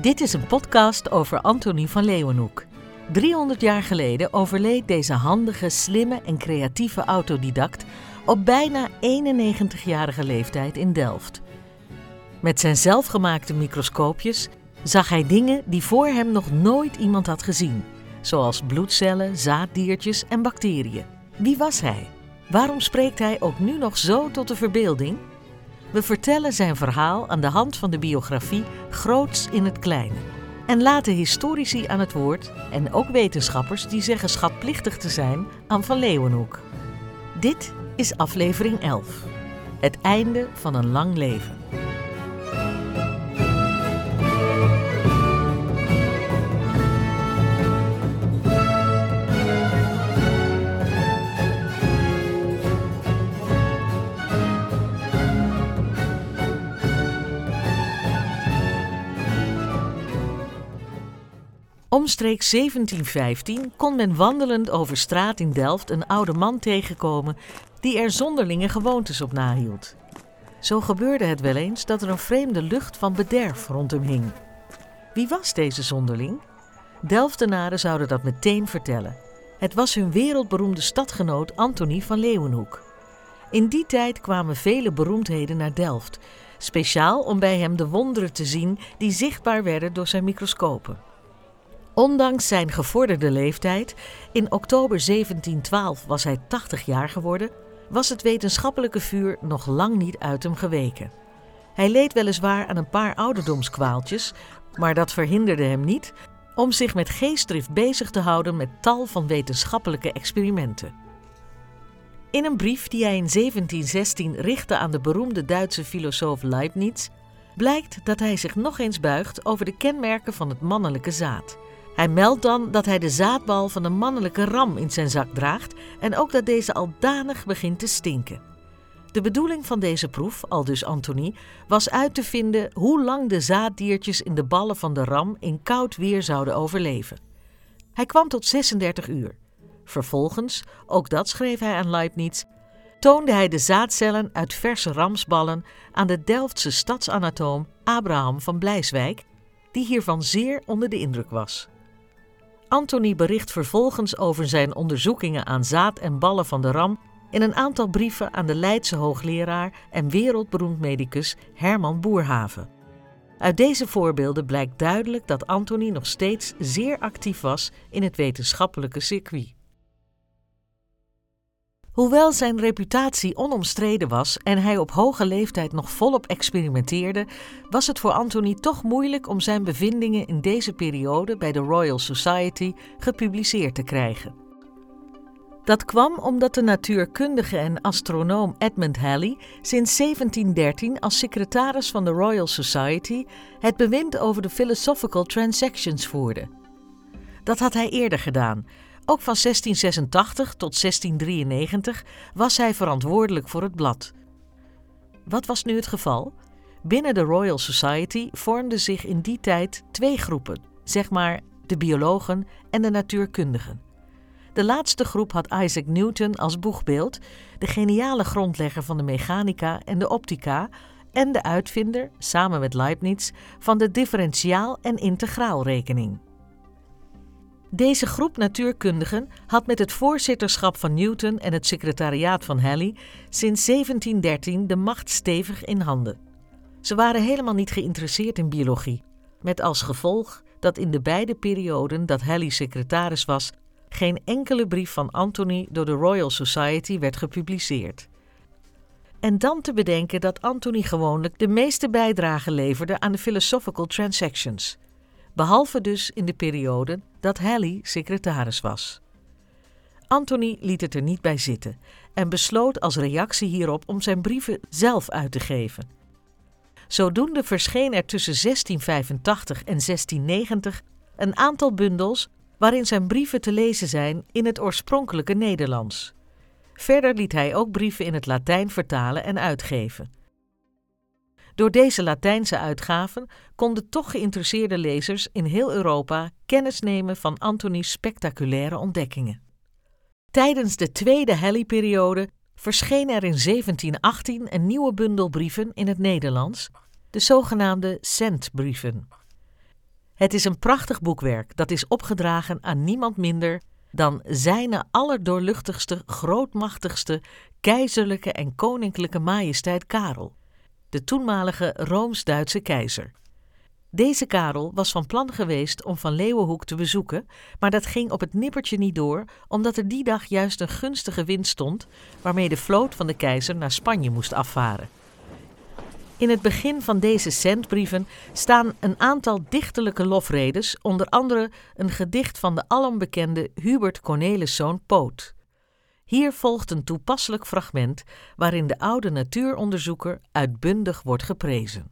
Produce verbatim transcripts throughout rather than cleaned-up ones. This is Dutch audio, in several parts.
Dit is een podcast over Anthonie van Leeuwenhoek. driehonderd jaar geleden overleed deze handige, slimme en creatieve autodidact op bijna eenennegentigjarige leeftijd in Delft. Met zijn zelfgemaakte microscoopjes zag hij dingen die voor hem nog nooit iemand had gezien, zoals bloedcellen, zaaddiertjes en bacteriën. Wie was hij? Waarom spreekt hij ook nu nog zo tot de verbeelding? We vertellen zijn verhaal aan de hand van de biografie Groots in het Kleine en laten historici aan het woord en ook wetenschappers die zeggen schatplichtig te zijn aan Van Leeuwenhoek. Dit is aflevering elf. Het einde van een lang leven. Omstreeks zeventien vijftien kon men wandelend over straat in Delft een oude man tegenkomen die er zonderlinge gewoontes op nahield. Zo gebeurde het wel eens dat er een vreemde lucht van bederf rond hem hing. Wie was deze zonderling? Delftenaren zouden dat meteen vertellen. Het was hun wereldberoemde stadgenoot Anthonie van Leeuwenhoek. In die tijd kwamen vele beroemdheden naar Delft, speciaal om bij hem de wonderen te zien die zichtbaar werden door zijn microscopen. Ondanks zijn gevorderde leeftijd, in oktober zeventien twaalf was hij tachtig jaar geworden, was het wetenschappelijke vuur nog lang niet uit hem geweken. Hij leed weliswaar aan een paar ouderdomskwaaltjes, maar dat verhinderde hem niet om zich met geestdrift bezig te houden met tal van wetenschappelijke experimenten. In een brief die hij in zeventien zestien richtte aan de beroemde Duitse filosoof Leibniz, blijkt dat hij zich nog eens buigt over de kenmerken van het mannelijke zaad. Hij meldt dan dat hij de zaadbal van een mannelijke ram in zijn zak draagt en ook dat deze al danig begint te stinken. De bedoeling van deze proef, aldus Anthonie, was uit te vinden hoe lang de zaaddiertjes in de ballen van de ram in koud weer zouden overleven. Hij kwam tot zesendertig uur. Vervolgens, ook dat schreef hij aan Leibniz, toonde hij de zaadcellen uit verse ramsballen aan de Delftse stadsanatoom Abraham van Bleiswijk, die hiervan zeer onder de indruk was. Anthonie bericht vervolgens over zijn onderzoekingen aan zaad en ballen van de ram in een aantal brieven aan de Leidse hoogleraar en wereldberoemd medicus Herman Boerhaave. Uit deze voorbeelden blijkt duidelijk dat Anthonie nog steeds zeer actief was in het wetenschappelijke circuit. Hoewel zijn reputatie onomstreden was en hij op hoge leeftijd nog volop experimenteerde, was het voor Anthonie toch moeilijk om zijn bevindingen in deze periode bij de Royal Society gepubliceerd te krijgen. Dat kwam omdat de natuurkundige en astronoom Edmund Halley sinds zeventien dertien als secretaris van de Royal Society het bewind over de Philosophical Transactions voerde. Dat had hij eerder gedaan. Ook van zestien zesentachtig tot zestien drieënnegentig was hij verantwoordelijk voor het blad. Wat was nu het geval? Binnen de Royal Society vormden zich in die tijd twee groepen, zeg maar de biologen en de natuurkundigen. De laatste groep had Isaac Newton als boegbeeld, de geniale grondlegger van de mechanica en de optica en de uitvinder, samen met Leibniz, van de differentiaal- en integraalrekening. Deze groep natuurkundigen had met het voorzitterschap van Newton en het secretariaat van Halley sinds zeventien dertien de macht stevig in handen. Ze waren helemaal niet geïnteresseerd in biologie, met als gevolg dat in de beide perioden dat Halley secretaris was, geen enkele brief van Anthonie door de Royal Society werd gepubliceerd. En dan te bedenken dat Anthonie gewoonlijk de meeste bijdrage leverde aan de Philosophical Transactions, behalve dus in de periode dat Halley secretaris was. Anthonie liet het er niet bij zitten en besloot als reactie hierop om zijn brieven zelf uit te geven. Zodoende verscheen er tussen zestien vijfentachtig en zestien negentig een aantal bundels waarin zijn brieven te lezen zijn in het oorspronkelijke Nederlands. Verder liet hij ook brieven in het Latijn vertalen en uitgeven. Door deze Latijnse uitgaven konden toch geïnteresseerde lezers in heel Europa kennis nemen van Anthonie's spectaculaire ontdekkingen. Tijdens de tweede Halley-periode verscheen er in zeventien achttien een nieuwe bundel brieven in het Nederlands, de zogenaamde Centbrieven. Het is een prachtig boekwerk dat is opgedragen aan niemand minder dan zijne allerdoorluchtigste, grootmachtigste, keizerlijke en koninklijke majesteit Karel, de toenmalige Rooms-Duitse keizer. Deze Karel was van plan geweest om Van Leeuwenhoek te bezoeken, maar dat ging op het nippertje niet door, omdat er die dag juist een gunstige wind stond, waarmee de vloot van de keizer naar Spanje moest afvaren. In het begin van deze zendbrieven staan een aantal dichterlijke lofredes, onder andere een gedicht van de alombekende Hubert Corneliszoon Poot. Hier volgt een toepasselijk fragment waarin de oude natuuronderzoeker uitbundig wordt geprezen.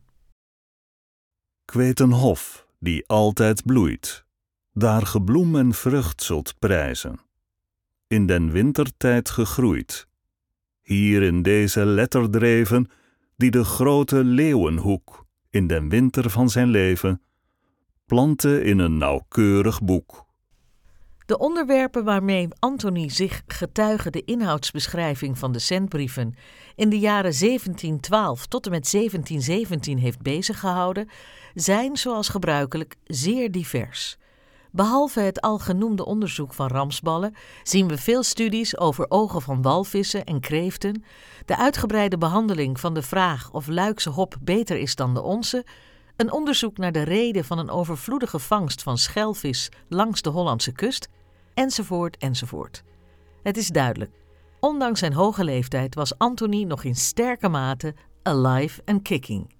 Ik weet een hof die altijd bloeit, daar gebloem en vrucht zult prijzen, in den wintertijd gegroeid, hier in deze letterdreven, die de grote Leeuwenhoek in den winter van zijn leven plantte in een nauwkeurig boek. De onderwerpen waarmee Anthonie zich getuige de inhoudsbeschrijving van de zendbrieven in de jaren zeventien twaalf tot en met zeventien zeventien heeft beziggehouden, zijn zoals gebruikelijk zeer divers. Behalve het al genoemde onderzoek van Ramsballen zien we veel studies over ogen van walvissen en kreeften, de uitgebreide behandeling van de vraag of Luikse hop beter is dan de onze, een onderzoek naar de reden van een overvloedige vangst van schelvis langs de Hollandse kust, enzovoort enzovoort. Het is duidelijk, ondanks zijn hoge leeftijd was Anthonie nog in sterke mate alive and kicking.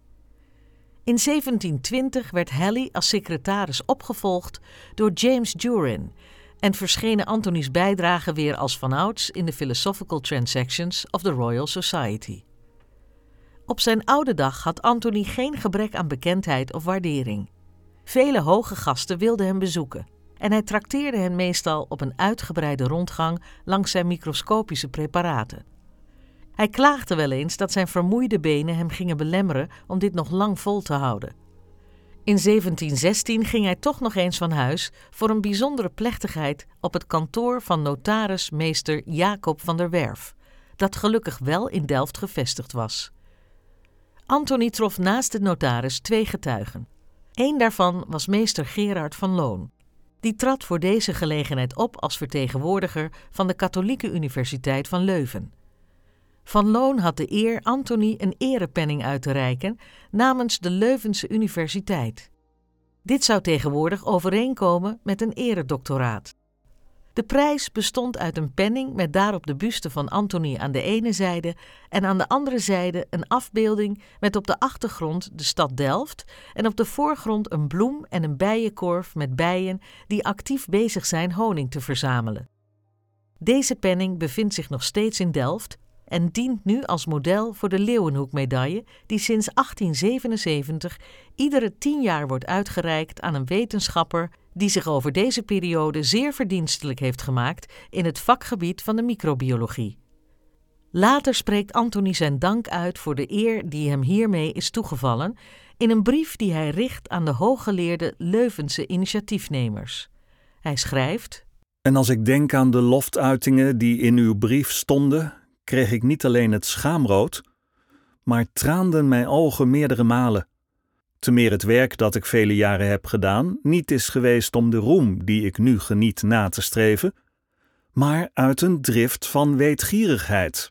In zeventien twintig werd Halley als secretaris opgevolgd door James Durin en verschenen Anthonies bijdragen weer als vanouds in de Philosophical Transactions of the Royal Society. Op zijn oude dag had Anthonie geen gebrek aan bekendheid of waardering. Vele hoge gasten wilden hem bezoeken en hij trakteerde hen meestal op een uitgebreide rondgang langs zijn microscopische preparaten. Hij klaagde wel eens dat zijn vermoeide benen hem gingen belemmeren om dit nog lang vol te houden. In zeventien zestien ging hij toch nog eens van huis voor een bijzondere plechtigheid op het kantoor van notaris meester Jacob van der Werf, dat gelukkig wel in Delft gevestigd was. Anthonie trof naast de notaris twee getuigen. Eén daarvan was meester Gerard van Loon. Die trad voor deze gelegenheid op als vertegenwoordiger van de Katholieke Universiteit van Leuven. Van Loon had de eer Anthonie een erepenning uit te reiken namens de Leuvense Universiteit. Dit zou tegenwoordig overeenkomen met een eredoctoraat. De prijs bestond uit een penning met daarop de buste van Anthonie aan de ene zijde en aan de andere zijde een afbeelding met op de achtergrond de stad Delft en op de voorgrond een bloem en een bijenkorf met bijen die actief bezig zijn honing te verzamelen. Deze penning bevindt zich nog steeds in Delft en dient nu als model voor de Leeuwenhoek-medaille die sinds achttien zevenenzeventig iedere tien jaar wordt uitgereikt aan een wetenschapper die zich over deze periode zeer verdienstelijk heeft gemaakt in het vakgebied van de microbiologie. Later spreekt Anthonie zijn dank uit voor de eer die hem hiermee is toegevallen in een brief die hij richt aan de hooggeleerde Leuvense initiatiefnemers. Hij schrijft: En als ik denk aan de loftuitingen die in uw brief stonden, kreeg ik niet alleen het schaamrood, maar traanden mijn ogen meerdere malen. Te meer het werk dat ik vele jaren heb gedaan niet is geweest om de roem die ik nu geniet na te streven, maar uit een drift van weetgierigheid.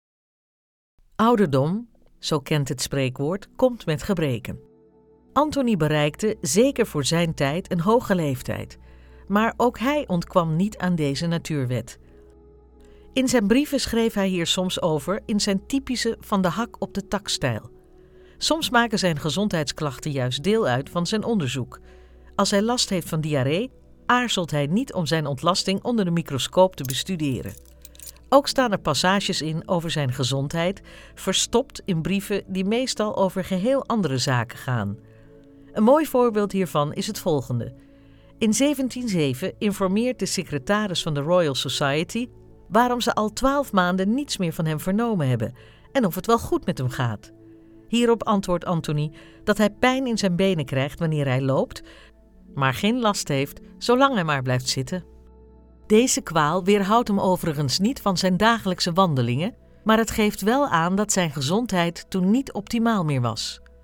Ouderdom, zo kent het spreekwoord, komt met gebreken. Anthonie bereikte, zeker voor zijn tijd, een hoge leeftijd, maar ook hij ontkwam niet aan deze natuurwet. In zijn brieven schreef hij hier soms over in zijn typische van de hak op de tak stijl. Soms maken zijn gezondheidsklachten juist deel uit van zijn onderzoek. Als hij last heeft van diarree, aarzelt hij niet om zijn ontlasting onder de microscoop te bestuderen. Ook staan er passages in over zijn gezondheid, verstopt in brieven die meestal over geheel andere zaken gaan. Een mooi voorbeeld hiervan is het volgende. In zeventien zeven informeert de secretaris van de Royal Society waarom ze al twaalf maanden niets meer van hem vernomen hebben en of het wel goed met hem gaat. Hierop antwoordt Anthonie dat hij pijn in zijn benen krijgt wanneer hij loopt, maar geen last heeft zolang hij maar blijft zitten. Deze kwaal weerhoudt hem overigens niet van zijn dagelijkse wandelingen, maar het geeft wel aan dat zijn gezondheid toen niet optimaal meer was.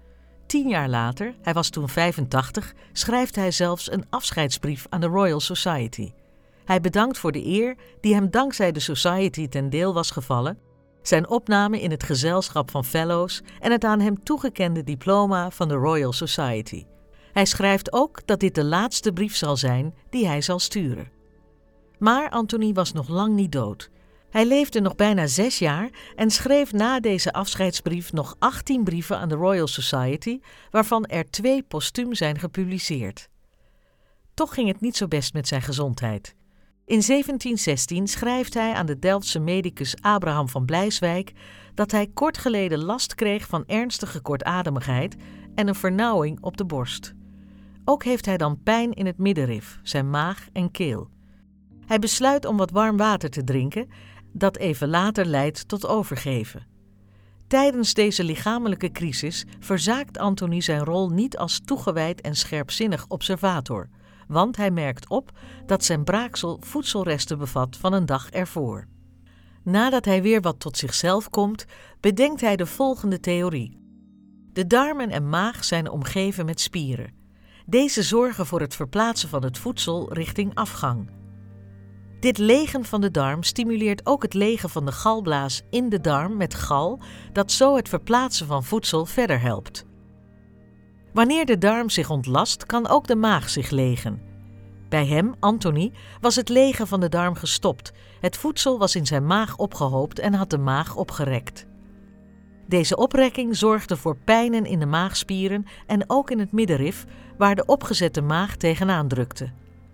Tien jaar later, hij was toen vijfentachtig, schrijft hij zelfs een afscheidsbrief aan de Royal Society. Hij bedankt voor de eer die hem dankzij de Society ten deel was gevallen, zijn opname in het gezelschap van fellows en het aan hem toegekende diploma van de Royal Society. Hij schrijft ook dat dit de laatste brief zal zijn die hij zal sturen. Maar Anthony was nog lang niet dood. Hij leefde nog bijna zes jaar en schreef na deze afscheidsbrief nog achttien brieven aan de Royal Society, waarvan er twee postuum zijn gepubliceerd. Toch ging het niet zo best met zijn gezondheid. In zeventien zestien schrijft hij aan de Delftse medicus Abraham van Blijswijk dat hij kort geleden last kreeg van ernstige kortademigheid en een vernauwing op de borst. Ook heeft hij dan pijn in het middenrif, zijn maag en keel. Hij besluit om wat warm water te drinken, dat even later leidt tot overgeven. Tijdens deze lichamelijke crisis verzaakt Anthony zijn rol niet als toegewijd en scherpzinnig observator, want hij merkt op dat zijn braaksel voedselresten bevat van een dag ervoor. Nadat hij weer wat tot zichzelf komt, bedenkt hij de volgende theorie. De darmen en maag zijn omgeven met spieren. Deze zorgen voor het verplaatsen van het voedsel richting afgang. Dit legen van de darm stimuleert ook het legen van de galblaas in de darm met gal, dat zo het verplaatsen van voedsel verder helpt. Wanneer de darm zich ontlast, kan ook de maag zich legen. Bij hem, Anthony, was het legen van de darm gestopt. Het voedsel was in zijn maag opgehoopt en had de maag opgerekt. Deze oprekking zorgde voor pijnen in de maagspieren en ook in het middenrif, waar de opgezette maag tegenaan drukte.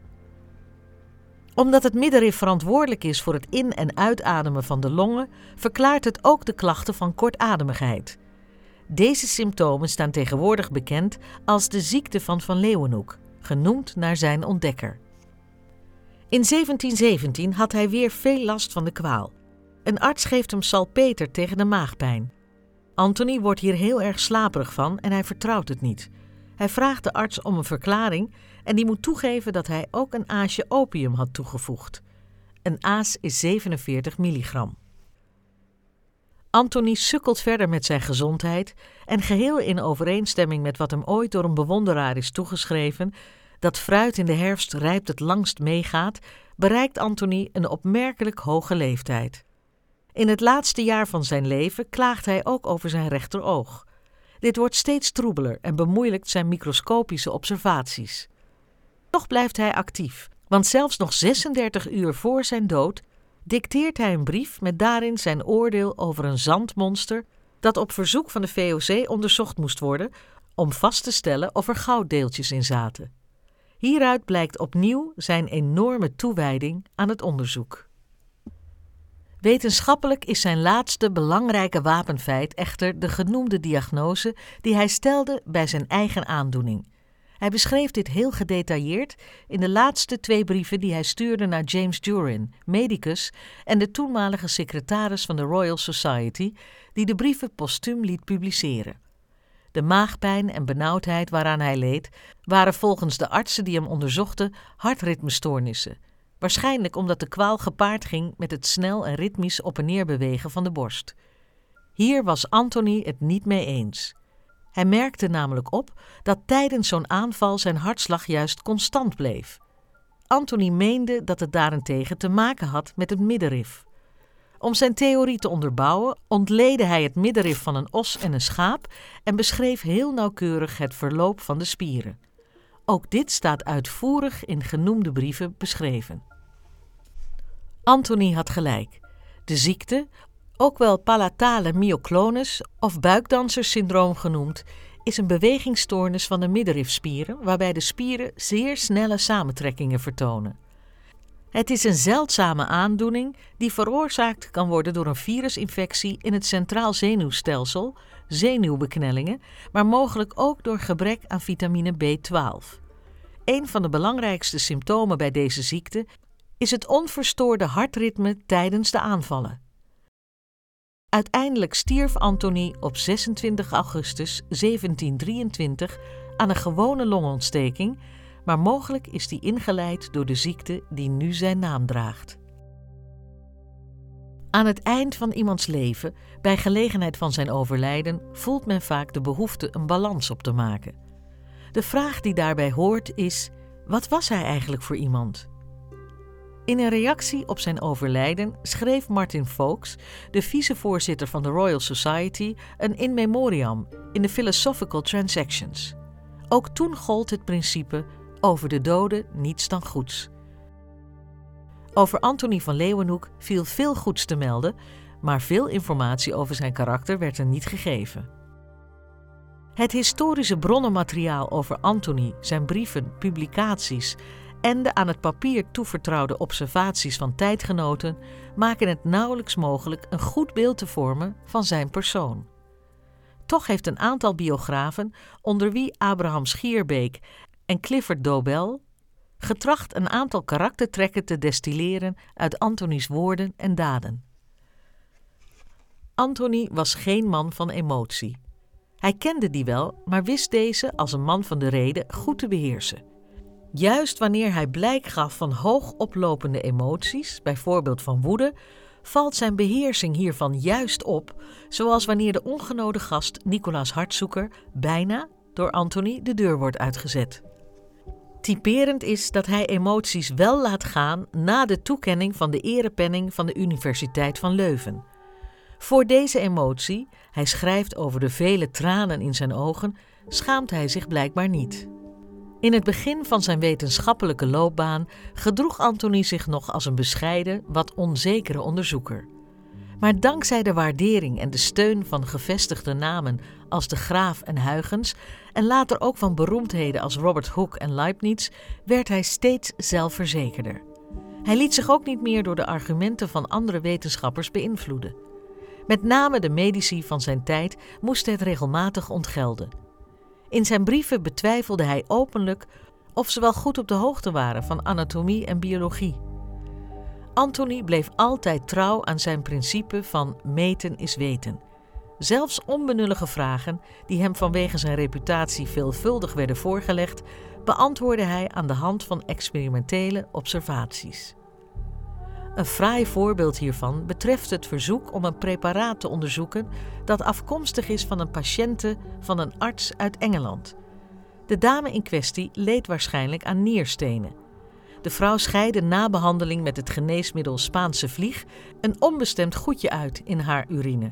Omdat het middenrif verantwoordelijk is voor het in- en uitademen van de longen, verklaart het ook de klachten van kortademigheid. Deze symptomen staan tegenwoordig bekend als de ziekte van Van Leeuwenhoek, genoemd naar zijn ontdekker. In zeventien zeventien had hij weer veel last van de kwaal. Een arts geeft hem salpeter tegen de maagpijn. Anthony wordt hier heel erg slaperig van en hij vertrouwt het niet. Hij vraagt de arts om een verklaring en die moet toegeven dat hij ook een aasje opium had toegevoegd. Een aas is zevenenveertig milligram. Anthony sukkelt verder met zijn gezondheid en geheel in overeenstemming met wat hem ooit door een bewonderaar is toegeschreven, dat fruit in de herfst rijpt het langst meegaat, bereikt Anthony een opmerkelijk hoge leeftijd. In het laatste jaar van zijn leven klaagt hij ook over zijn rechteroog. Dit wordt steeds troebeler en bemoeilijkt zijn microscopische observaties. Toch blijft hij actief, want zelfs nog zesendertig uur voor zijn dood dicteert hij een brief met daarin zijn oordeel over een zandmonster dat op verzoek van de V O C onderzocht moest worden om vast te stellen of er gouddeeltjes in zaten. Hieruit blijkt opnieuw zijn enorme toewijding aan het onderzoek. Wetenschappelijk is zijn laatste belangrijke wapenfeit echter de genoemde diagnose die hij stelde bij zijn eigen aandoening. Hij beschreef dit heel gedetailleerd in de laatste twee brieven die hij stuurde naar James Durin, medicus en de toenmalige secretaris van de Royal Society, die de brieven postuum liet publiceren. De maagpijn en benauwdheid waaraan hij leed, waren volgens de artsen die hem onderzochten hartritmestoornissen, waarschijnlijk omdat de kwaal gepaard ging met het snel en ritmisch op en neer bewegen van de borst. Hier was Anthony het niet mee eens. Hij merkte namelijk op dat tijdens zo'n aanval zijn hartslag juist constant bleef. Anthony meende dat het daarentegen te maken had met het middenrif. Om zijn theorie te onderbouwen ontleedde hij het middenrif van een os en een schaap en beschreef heel nauwkeurig het verloop van de spieren. Ook dit staat uitvoerig in genoemde brieven beschreven. Anthony had gelijk. De ziekte, ook wel palatale myoclonus of buikdanserssyndroom genoemd, is een bewegingsstoornis van de middenrifspieren waarbij de spieren zeer snelle samentrekkingen vertonen. Het is een zeldzame aandoening die veroorzaakt kan worden door een virusinfectie in het centraal zenuwstelsel, zenuwbeknellingen, maar mogelijk ook door gebrek aan vitamine B twaalf. Een van de belangrijkste symptomen bij deze ziekte is het onverstoorde hartritme tijdens de aanvallen. Uiteindelijk stierf Anthony op zesentwintig augustus zeventien drieëntwintig aan een gewone longontsteking, maar mogelijk is die ingeleid door de ziekte die nu zijn naam draagt. Aan het eind van iemands leven, bij gelegenheid van zijn overlijden, voelt men vaak de behoefte een balans op te maken. De vraag die daarbij hoort is: wat was hij eigenlijk voor iemand? In een reactie op zijn overlijden schreef Martin Foulkes, de vicevoorzitter van de Royal Society, een in memoriam in de Philosophical Transactions. Ook toen gold het principe: over de doden niets dan goeds. Over Anthonie van Leeuwenhoek viel veel goeds te melden, maar veel informatie over zijn karakter werd er niet gegeven. Het historische bronnenmateriaal over Anthonie, zijn brieven, publicaties en de aan het papier toevertrouwde observaties van tijdgenoten maken het nauwelijks mogelijk een goed beeld te vormen van zijn persoon. Toch heeft een aantal biografen, onder wie Abraham Schierbeek en Clifford Dobell, getracht een aantal karaktertrekken te destilleren uit Anthonies woorden en daden. Anthonie was geen man van emotie. Hij kende die wel, maar wist deze als een man van de rede goed te beheersen. Juist wanneer hij blijk gaf van hoog oplopende emoties, bijvoorbeeld van woede, valt zijn beheersing hiervan juist op, zoals wanneer de ongenode gast Nicolaas Hartzoeker bijna door Anthonie de deur wordt uitgezet. Typerend is dat hij emoties wel laat gaan na de toekenning van de erepenning van de Universiteit van Leuven. Voor deze emotie, hij schrijft over de vele tranen in zijn ogen, schaamt hij zich blijkbaar niet. In het begin van zijn wetenschappelijke loopbaan gedroeg Anthonie zich nog als een bescheiden, wat onzekere onderzoeker. Maar dankzij de waardering en de steun van gevestigde namen als de Graaf en Huygens en later ook van beroemdheden als Robert Hooke en Leibniz werd hij steeds zelfverzekerder. Hij liet zich ook niet meer door de argumenten van andere wetenschappers beïnvloeden. Met name de medici van zijn tijd moesten het regelmatig ontgelden. In zijn brieven betwijfelde hij openlijk of ze wel goed op de hoogte waren van anatomie en biologie. Anthonie bleef altijd trouw aan zijn principe van meten is weten. Zelfs onbenullige vragen, die hem vanwege zijn reputatie veelvuldig werden voorgelegd, beantwoordde hij aan de hand van experimentele observaties. Een fraai voorbeeld hiervan betreft het verzoek om een preparaat te onderzoeken dat afkomstig is van een patiënte van een arts uit Engeland. De dame in kwestie leed waarschijnlijk aan nierstenen. De vrouw scheidde na behandeling met het geneesmiddel Spaanse vlieg een onbestemd goedje uit in haar urine.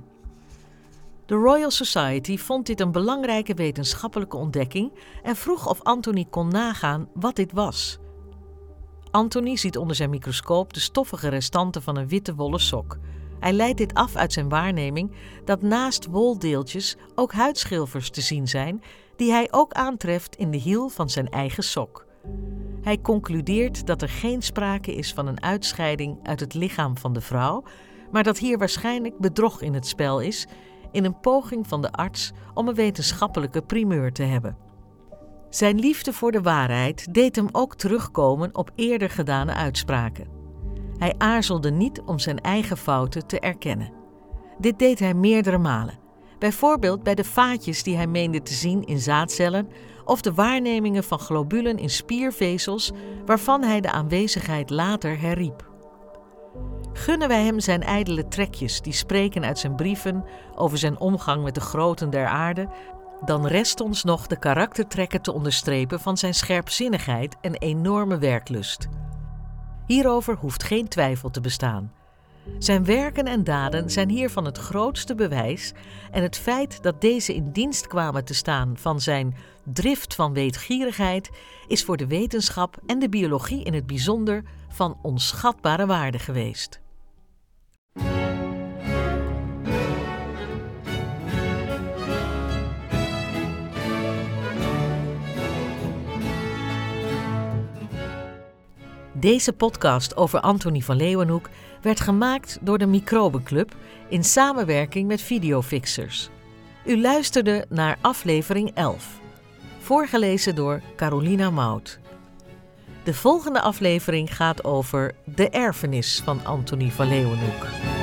De Royal Society vond dit een belangrijke wetenschappelijke ontdekking en vroeg of Anthonie kon nagaan wat dit was. Anthonie ziet onder zijn microscoop de stoffige restanten van een witte wollen sok. Hij leidt dit af uit zijn waarneming dat naast woldeeltjes ook huidschilfers te zien zijn, die hij ook aantreft in de hiel van zijn eigen sok. Hij concludeert dat er geen sprake is van een uitscheiding uit het lichaam van de vrouw, maar dat hier waarschijnlijk bedrog in het spel is, in een poging van de arts om een wetenschappelijke primeur te hebben. Zijn liefde voor de waarheid deed hem ook terugkomen op eerder gedane uitspraken. Hij aarzelde niet om zijn eigen fouten te erkennen. Dit deed hij meerdere malen. Bijvoorbeeld bij de vaatjes die hij meende te zien in zaadcellen of de waarnemingen van globulen in spiervezels waarvan hij de aanwezigheid later herriep. Gunnen wij hem zijn ijdele trekjes die spreken uit zijn brieven over zijn omgang met de groten der aarde, dan rest ons nog de karaktertrekken te onderstrepen van zijn scherpzinnigheid en enorme werklust. Hierover hoeft geen twijfel te bestaan. Zijn werken en daden zijn hiervan het grootste bewijs en het feit dat deze in dienst kwamen te staan van zijn drift van weetgierigheid is voor de wetenschap en de biologie in het bijzonder van onschatbare waarde geweest. Deze podcast over Anthonie van Leeuwenhoek werd gemaakt door de Microbenclub in samenwerking met Videofixers. U luisterde naar aflevering elf, voorgelezen door Carolina Mout. De volgende aflevering gaat over de erfenis van Anthonie van Leeuwenhoek.